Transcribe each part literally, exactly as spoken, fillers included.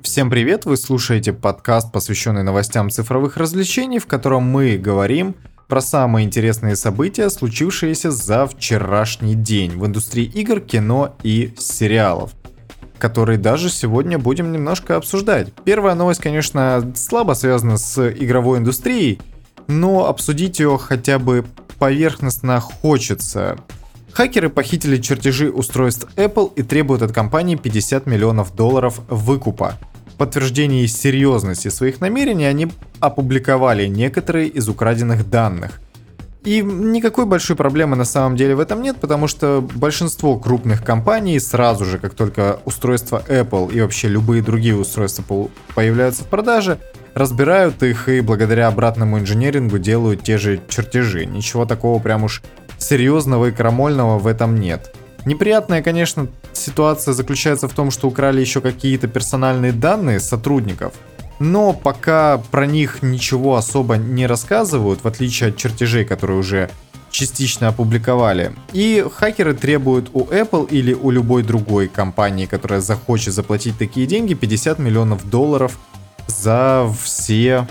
Всем привет, вы слушаете подкаст, посвященный новостям цифровых развлечений, в котором мы говорим про самые интересные события, случившиеся за вчерашний день в индустрии игр, кино и сериалов, которые даже сегодня будем немножко обсуждать. Первая новость, конечно, слабо связана с игровой индустрией, но обсудить ее хотя бы поверхностно хочется. Хакеры похитили чертежи устройств Apple и требуют от компании пятьдесят миллионов долларов выкупа. В подтверждении серьезности своих намерений они опубликовали некоторые из украденных данных. И никакой большой проблемы на самом деле в этом нет, потому что большинство крупных компаний сразу же, как только устройства Apple и вообще любые другие устройства появляются в продаже, разбирают их и благодаря обратному инженерингу делают те же чертежи. Ничего такого прям уж серьезного и крамольного в этом нет. Неприятная, конечно, ситуация заключается в том, что украли еще какие-то персональные данные сотрудников, но пока про них ничего особо не рассказывают, в отличие от чертежей, которые уже частично опубликовали. И хакеры требуют у Apple или у любой другой компании, которая захочет заплатить такие деньги, пятьдесят миллионов долларов за все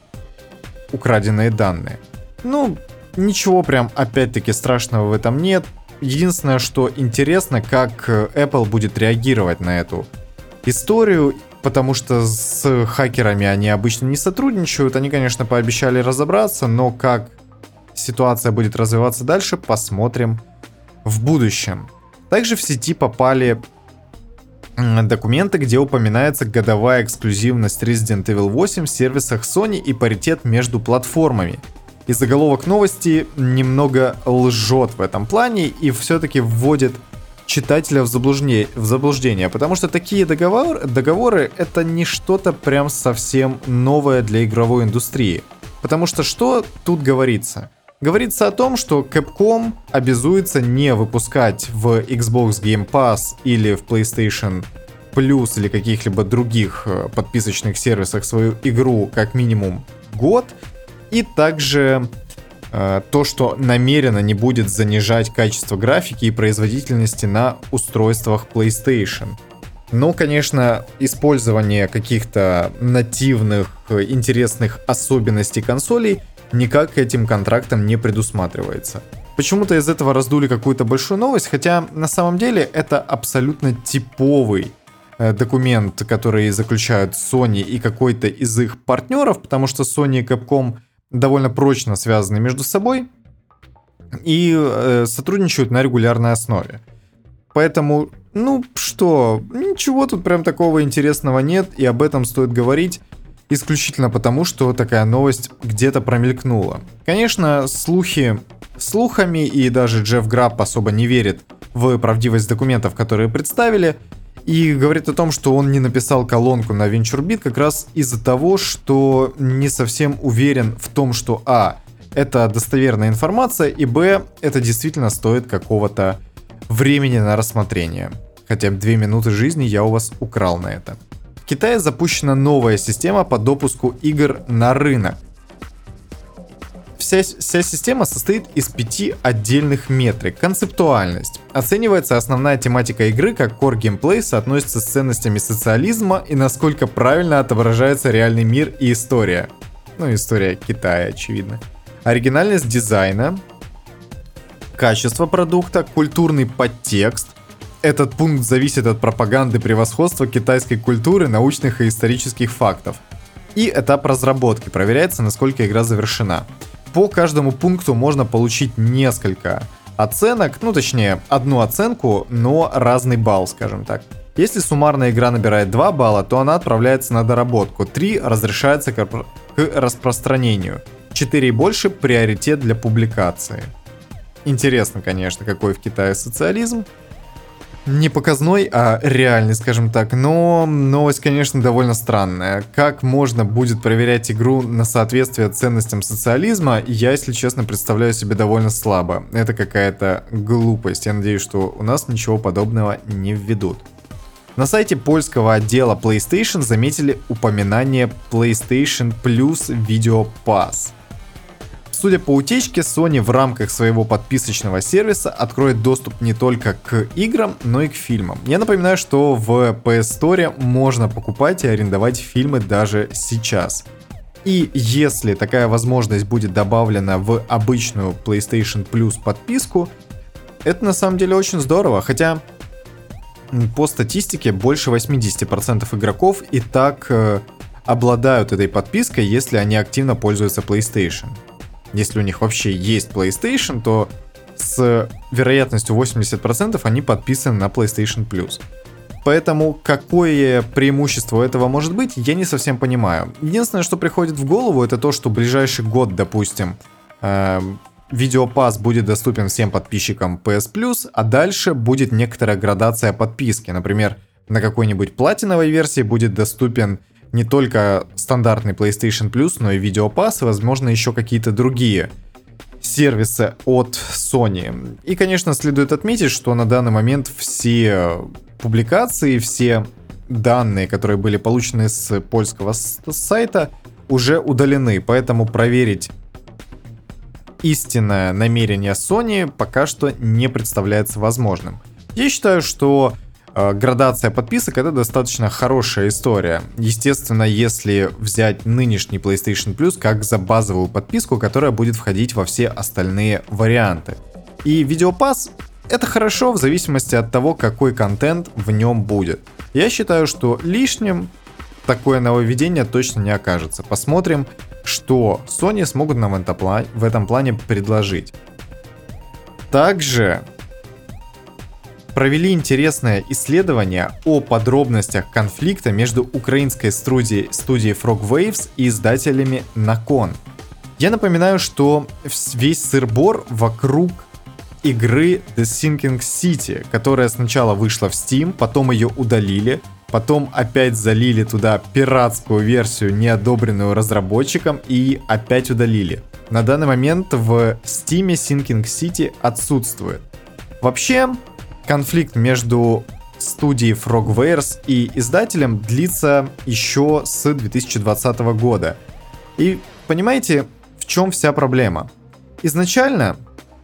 украденные данные. Ну, ничего прям опять-таки страшного в этом нет. Единственное, что интересно, как Apple будет реагировать на эту историю, потому что с хакерами они обычно не сотрудничают. Они, конечно, пообещали разобраться, но как ситуация будет развиваться дальше, посмотрим в будущем. Также в сети попали документы, где упоминается годовая эксклюзивность Resident Evil восемь в сервисах Sony и паритет между платформами. И заголовок новости немного лжет в этом плане и все-таки вводит читателя в заблуждение, в заблуждение, потому что такие договор, договоры это не что-то прям совсем новое для игровой индустрии. Потому что что тут говорится? Говорится о том, что Capcom обязуется не выпускать в Xbox Game Pass или в PlayStation Plus или каких-либо других подписочных сервисах свою игру как минимум год. И также э, то, что намеренно не будет занижать качество графики и производительности на устройствах PlayStation. Но, конечно, использование каких-то нативных интересных особенностей консолей никак этим контрактом не предусматривается. Почему-то из этого раздули какую-то большую новость, хотя на самом деле это абсолютно типовый э, документ, который заключают Sony и какой-то из их партнеров, потому что Sony и Capcom довольно прочно связаны между собой и э, сотрудничают на регулярной основе. Поэтому, ну что, ничего тут прям такого интересного нет, и об этом стоит говорить исключительно потому, что такая новость где-то промелькнула. Конечно, слухи слухами, и даже Джефф Граб особо не верит в правдивость документов, которые представили, и говорит о том, что он не написал колонку на VentureBeat как раз из-за того, что не совсем уверен в том, что а. это достоверная информация, и б. это действительно стоит какого-то времени на рассмотрение. Хотя бы две минуты жизни я у вас украл на это. В Китае запущена новая система по допуску игр на рынок. Вся, вся система состоит из пяти отдельных метрик. Концептуальность. Оценивается основная тематика игры, как core геймплей соотносится с ценностями социализма и насколько правильно отображается реальный мир и история. Ну, история Китая, очевидно. Оригинальность дизайна. Качество продукта. Культурный подтекст. Этот пункт зависит от пропаганды превосходства китайской культуры, научных и исторических фактов. И этап разработки. Проверяется, насколько игра завершена. По каждому пункту можно получить несколько оценок, ну точнее одну оценку, но разный балл, скажем так. Если суммарная игра набирает два балла, то она отправляется на доработку, три разрешается к распространению, четыре и больше приоритет для публикации. Интересно, конечно, какой в Китае социализм. Не показной, а реальный, скажем так, но новость, конечно, довольно странная. Как можно будет проверять игру на соответствие ценностям социализма, я, если честно, представляю себе довольно слабо. Это какая-то глупость. Я надеюсь, что у нас ничего подобного не введут. На сайте польского отдела PlayStation заметили упоминание PlayStation Plus Video Pass. В Судя по утечке, Sony в рамках своего подписочного сервиса откроет доступ не только к играм, но и к фильмам. Я напоминаю, что в пи эс Store можно покупать и арендовать фильмы даже сейчас. И если такая возможность будет добавлена в обычную PlayStation Plus подписку, это на самом деле очень здорово, хотя по статистике больше восемьдесят процентов игроков и так э, обладают этой подпиской, если они активно пользуются PlayStation. Если у них вообще есть PlayStation, то с вероятностью восемьдесят процентов они подписаны на PlayStation Plus. Поэтому какое преимущество этого может быть, я не совсем понимаю. Единственное, что приходит в голову, это то, что в ближайший год, допустим, э, Видеопасс будет доступен всем подписчикам пи эс Plus, а дальше будет некоторая градация подписки. Например, на какой-нибудь платиновой версии будет доступен не только стандартный PlayStation Plus, но и Видеопасс, и, возможно, еще какие-то другие сервисы от Sony. И, конечно, следует отметить, что на данный момент все публикации, все данные, которые были получены с польского сайта, уже удалены, поэтому проверить истинное намерение Sony пока что не представляется возможным. Я считаю, что э, градация подписок — это достаточно хорошая история. Естественно, если взять нынешний PlayStation Plus как за базовую подписку, которая будет входить во все остальные варианты. И Видеопасс — это хорошо в зависимости от того, какой контент в нем будет. Я считаю, что лишним такое нововведение точно не окажется. Посмотрим, что Sony смогут нам в этом плане предложить. Также провели интересное исследование о подробностях конфликта между украинской студией, студией Frogwares и издателями Nacon. Я напоминаю, что весь сыр-бор вокруг игры The Sinking City, которая сначала вышла в Steam, потом ее удалили, потом опять залили туда пиратскую версию, неодобренную разработчиком, и опять удалили. На данный момент в Steam Sinking City отсутствует. Вообще, конфликт между студией Frogwares и издателем длится еще с две тысячи двадцатого года. И понимаете, в чем вся проблема? Изначально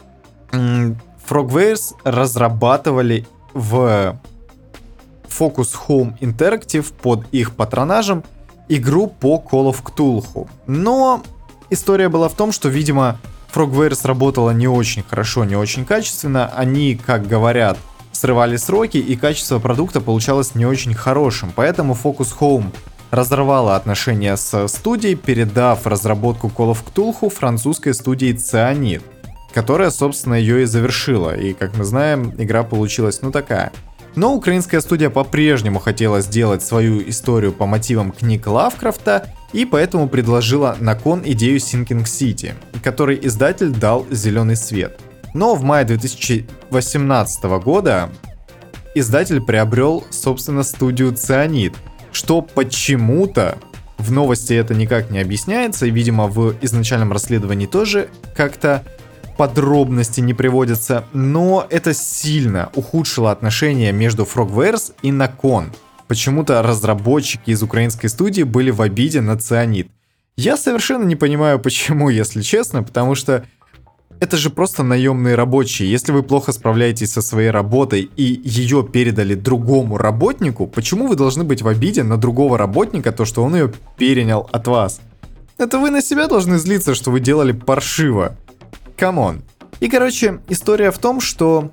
Frogwares разрабатывали в Focus Home Interactive под их патронажем игру по Call of Cthulhu. Но история была в том, что, видимо, Frogwares работала не очень хорошо, не очень качественно. Они, как говорят, срывали сроки, и качество продукта получалось не очень хорошим. Поэтому Focus Home разорвала отношения с студией, передав разработку Call of Cthulhu французской студии Cyanide, которая, собственно, ее и завершила. И, как мы знаем, игра получилась, ну, такая. Но украинская студия по-прежнему хотела сделать свою историю по мотивам книг Лавкрафта, и поэтому предложила Nacon идею Sinking City, которой издатель дал зеленый свет. Но в мае две тысячи восемнадцатого года издатель приобрел, собственно, студию Cyanide, что почему-то в новости это никак не объясняется, и, видимо, в изначальном расследовании тоже как-то подробности не приводятся, но это сильно ухудшило отношения между Frogwares и Nacon. Почему-то разработчики из украинской студии были в обиде на Cyanide. Я совершенно не понимаю, почему, если честно, потому что это же просто наемные рабочие. Если вы плохо справляетесь со своей работой и ее передали другому работнику, почему вы должны быть в обиде на другого работника, то, что он ее перенял от вас? Это вы на себя должны злиться, что вы делали паршиво. Камон. И, короче, история в том, что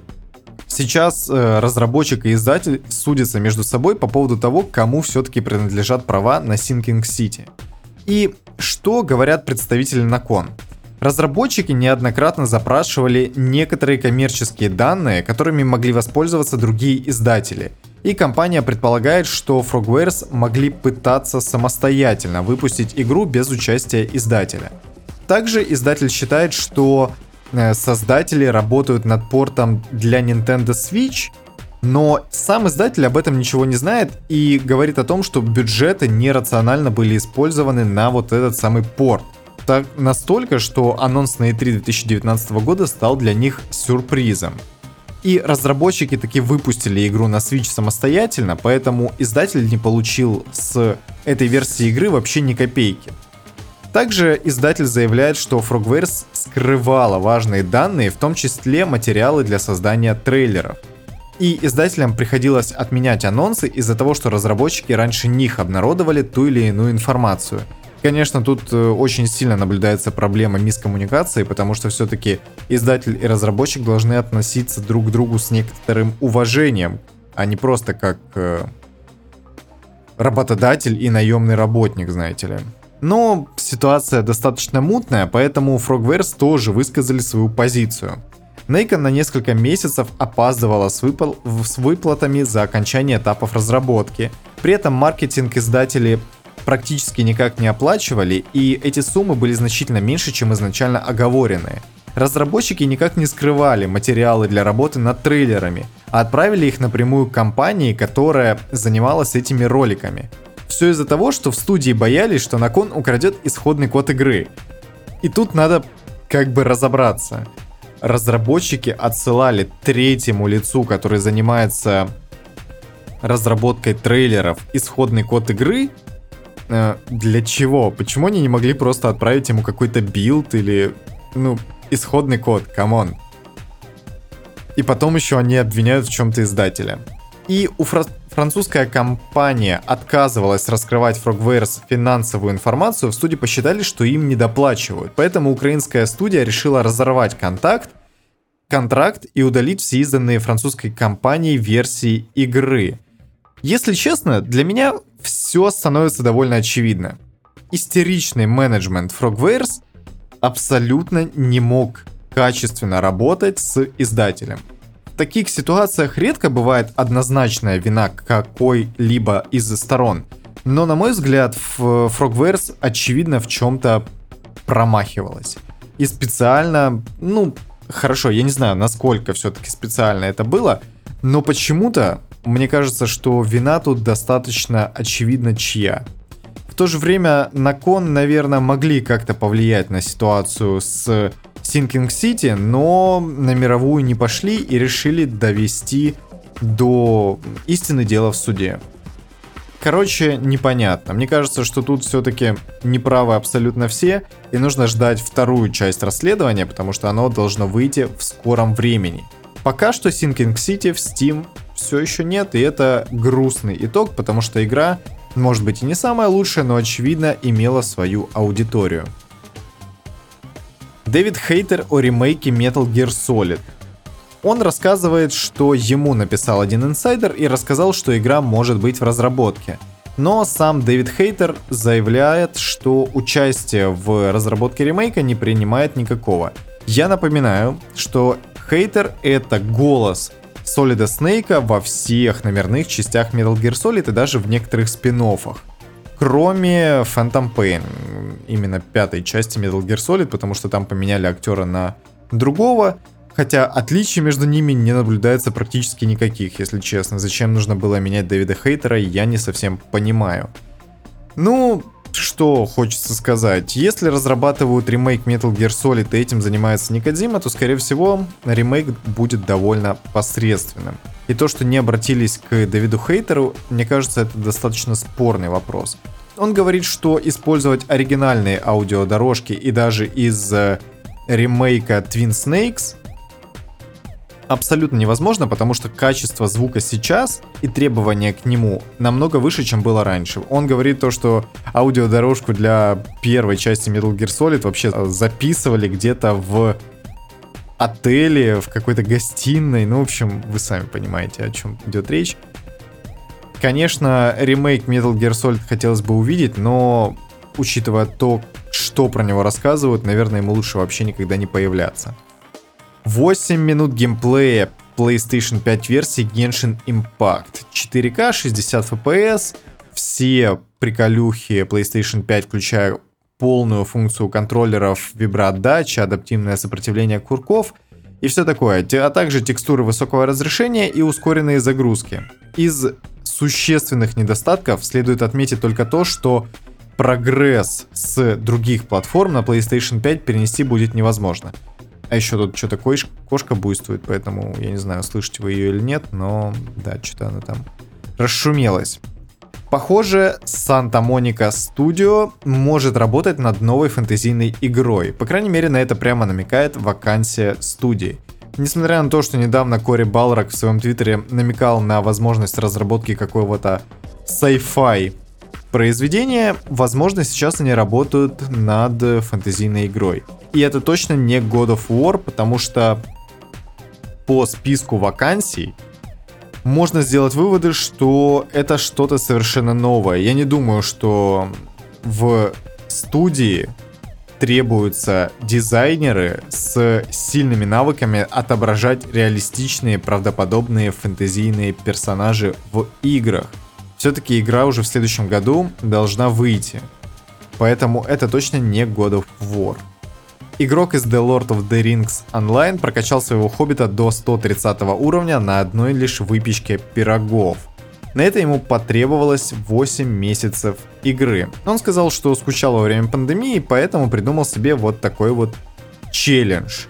сейчас э, разработчик и издатель судятся между собой по поводу того, кому все-таки принадлежат права на Sinking City. И что говорят представители Nacon? Разработчики неоднократно запрашивали некоторые коммерческие данные, которыми могли воспользоваться другие издатели. И компания предполагает, что Frogwares могли пытаться самостоятельно выпустить игру без участия издателя. Также издатель считает, что создатели работают над портом для Nintendo Switch, но сам издатель об этом ничего не знает и говорит о том, что бюджеты нерационально были использованы на вот этот самый порт. Так настолько, что анонс на и три две тысячи девятнадцатого года стал для них сюрпризом. И разработчики таки выпустили игру на Switch самостоятельно, поэтому издатель не получил с этой версии игры вообще ни копейки. Также издатель заявляет, что Frogwares скрывала важные данные, в том числе материалы для создания трейлеров. И издателям приходилось отменять анонсы из-за того, что разработчики раньше них обнародовали ту или иную информацию. Конечно, тут очень сильно наблюдается проблема мискоммуникации, потому что все-таки издатель и разработчик должны относиться друг к другу с некоторым уважением, а не просто как э, работодатель и наемный работник, знаете ли. Но ситуация достаточно мутная, поэтому Frogwares тоже высказали свою позицию. Nacon на несколько месяцев опаздывала с, выпл- с выплатами за окончание этапов разработки. При этом маркетинг издатели практически никак не оплачивали, и эти суммы были значительно меньше, чем изначально оговоренные. Разработчики никак не скрывали материалы для работы над трейлерами, а отправили их напрямую к компании, которая занималась этими роликами. Все из-за того, что в студии боялись, что Nacon украдет исходный код игры. И тут надо как бы разобраться. Разработчики отсылали третьему лицу, который занимается разработкой трейлеров, исходный код игры. Э, для чего? Почему они не могли просто отправить ему какой-то билд или, ну, исходный код, камон. И потом еще они обвиняют в чем-то издателя. И у фра- французская компания отказывалась раскрывать Frogwares финансовую информацию, в студии посчитали, что им недоплачивают. Поэтому украинская студия решила разорвать контакт, контракт и удалить все изданные французской компанией версии игры. Если честно, для меня все становится довольно очевидно. Истеричный менеджмент Frogwares абсолютно не мог качественно работать с издателем. В таких ситуациях редко бывает однозначная вина какой-либо из сторон, но, на мой взгляд, Frogwares очевидно в чем-то промахивалась. И специально, ну, хорошо, я не знаю, насколько все-таки специально это было, но почему-то мне кажется, что вина тут достаточно очевидно чья. В то же время Nacon, наверное, могли как-то повлиять на ситуацию с Sinking City, но на мировую не пошли и решили довести до истины дела в суде. Короче, непонятно. Мне кажется, что тут все-таки неправы абсолютно все, и нужно ждать вторую часть расследования, потому что оно должно выйти в скором времени. Пока что Sinking City в Steam все еще нет, и это грустный итог, потому что игра, может быть, и не самая лучшая, но очевидно имела свою аудиторию. Дэвид Хейтер о ремейке Metal Gear Solid. Он рассказывает, что ему написал один инсайдер и рассказал, что игра может быть в разработке. Но сам Дэвид Хейтер заявляет, что участие в разработке ремейка не принимает никакого. Я напоминаю, что Хейтер — это голос Солида Снейка во всех номерных частях Metal Gear Solid и даже в некоторых спин-оффах. Кроме Phantom Pain, именно пятой части Metal Gear Solid, потому что там поменяли актера на другого, хотя отличий между ними не наблюдается практически никаких, если честно. Зачем нужно было менять Дэвида Хейтера, я не совсем понимаю. Ну, что хочется сказать. Если разрабатывают ремейк Metal Gear Solid и этим занимается не Кодзима, то, скорее всего, ремейк будет довольно посредственным. И то, что не обратились к Дэвиду Хейтеру, мне кажется, это достаточно спорный вопрос. Он говорит, что использовать оригинальные аудиодорожки и даже из э, ремейка Twin Snakes абсолютно невозможно, потому что качество звука сейчас и требования к нему намного выше, чем было раньше. Он говорит то, что аудиодорожку для первой части Metal Gear Solid вообще записывали где-то в отеле, в какой-то гостиной. Ну, в общем, вы сами понимаете, о чем идет речь. Конечно, ремейк Metal Gear Solid хотелось бы увидеть, но учитывая то, что про него рассказывают, наверное, ему лучше вообще никогда не появляться. восемь минут геймплея PlayStation пять версии Genshin Impact. четыре ка, шестьдесят эф пи эс, все приколюхи PlayStation пять, включая полную функцию контроллеров, виброотдача, адаптивное сопротивление курков и все такое, а также текстуры высокого разрешения и ускоренные загрузки. Из существенных недостатков следует отметить только то, что прогресс с других платформ на PlayStation пять перенести будет невозможно. А еще тут что-то кошка буйствует, поэтому я не знаю, слышите вы ее или нет, но да, что-то она там расшумелась. Похоже, Santa Monica Studio может работать над новой фэнтезийной игрой. По крайней мере, на это прямо намекает вакансия студии. Несмотря на то, что недавно Кори Балрак в своем твиттере намекал на возможность разработки какого-то sci-fi произведения, возможно, сейчас они работают над фэнтезийной игрой. И это точно не God of War, потому что по списку вакансий можно сделать выводы, что это что-то совершенно новое. Я не думаю, что в студии требуются дизайнеры с сильными навыками отображать реалистичные, правдоподобные фэнтезийные персонажи в играх. Все-таки игра уже в следующем году должна выйти. Поэтому это точно не God of War. Игрок из The Lord of the Rings Online прокачал своего хоббита до сто тридцатого уровня на одной лишь выпечке пирогов. На это ему потребовалось восемь месяцев игры. Он сказал, что скучал во время пандемии, поэтому придумал себе вот такой вот челлендж.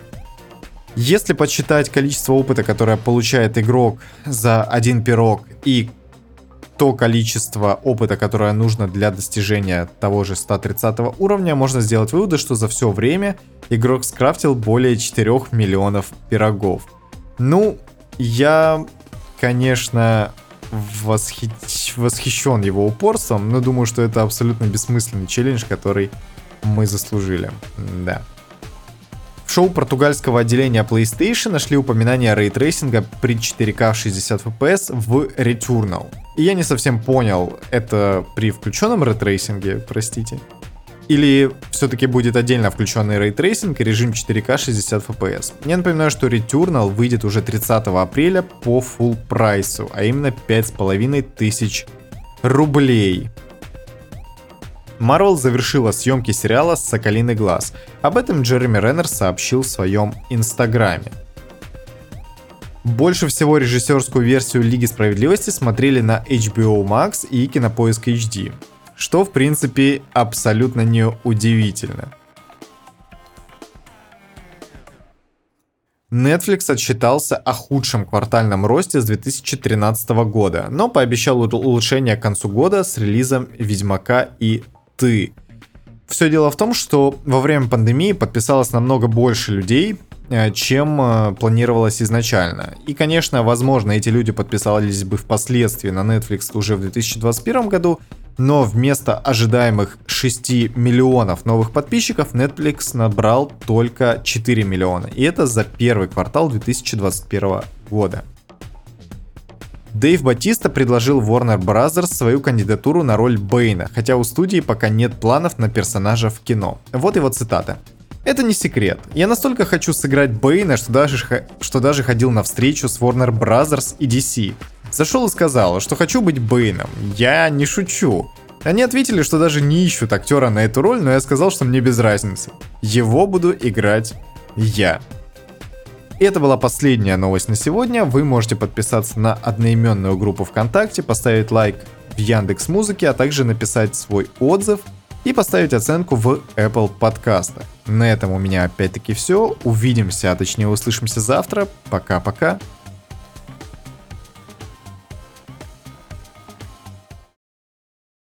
Если подсчитать количество опыта, которое получает игрок за один пирог, и то количество опыта, которое нужно для достижения того же сто тридцатого уровня, можно сделать выводы, что за все время игрок скрафтил более четырёх миллионов пирогов. Ну, я, конечно, восхи... восхищен его упорством, но думаю, что это абсолютно бессмысленный челлендж, который мы заслужили. Да. В шоу португальского отделения PlayStation нашли упоминание рейтрейсинга при четыре ка шестьдесят эф пи эс в Returnal. И я не совсем понял, это при включенном рейтрейсинге, простите, или все-таки будет отдельно включенный рейтрейсинг и режим четыре ка шестьдесят эф пи эс. Я напоминаю, что Returnal выйдет уже тридцатого апреля по full прайсу, а именно пять с половиной тысяч рублей. Marvel завершила съемки сериала «Соколиный глаз». Об этом Джереми Реннер сообщил в своем инстаграме. Больше всего режиссерскую версию Лиги Справедливости смотрели на эйч би о Max и Кинопоиск эйч ди, что в принципе абсолютно не удивительно. Netflix отчитался о худшем квартальном росте с две тысячи тринадцатого года, но пообещал улучшение к концу года с релизом «Ведьмака» и «Ты». Все дело в том, что во время пандемии подписалось намного больше людей, чем планировалось изначально. И, конечно, возможно, эти люди подписались бы впоследствии на Netflix уже в две тысячи двадцать первом году, но вместо ожидаемых шести миллионов новых подписчиков Netflix набрал только четыре миллиона. И это за первый квартал две тысячи двадцать первого года. Дэйв Батиста предложил Warner Bros. Свою кандидатуру на роль Бэйна, хотя у студии пока нет планов на персонажа в кино. Вот его цитата. «Это не секрет. Я настолько хочу сыграть Бэйна, что даже, что даже ходил на встречу с Warner Bros. И ди си. Зашел и сказал, что хочу быть Бэйном. Я не шучу. Они ответили, что даже не ищут актера на эту роль, но я сказал, что мне без разницы. Его буду играть я». И это была последняя новость на сегодня. Вы можете подписаться на одноименную группу ВКонтакте, поставить лайк в Яндекс.Музыке, а также написать свой отзыв и поставить оценку в Apple подкастах. На этом у меня опять-таки все. Увидимся, а точнее услышимся завтра. Пока-пока.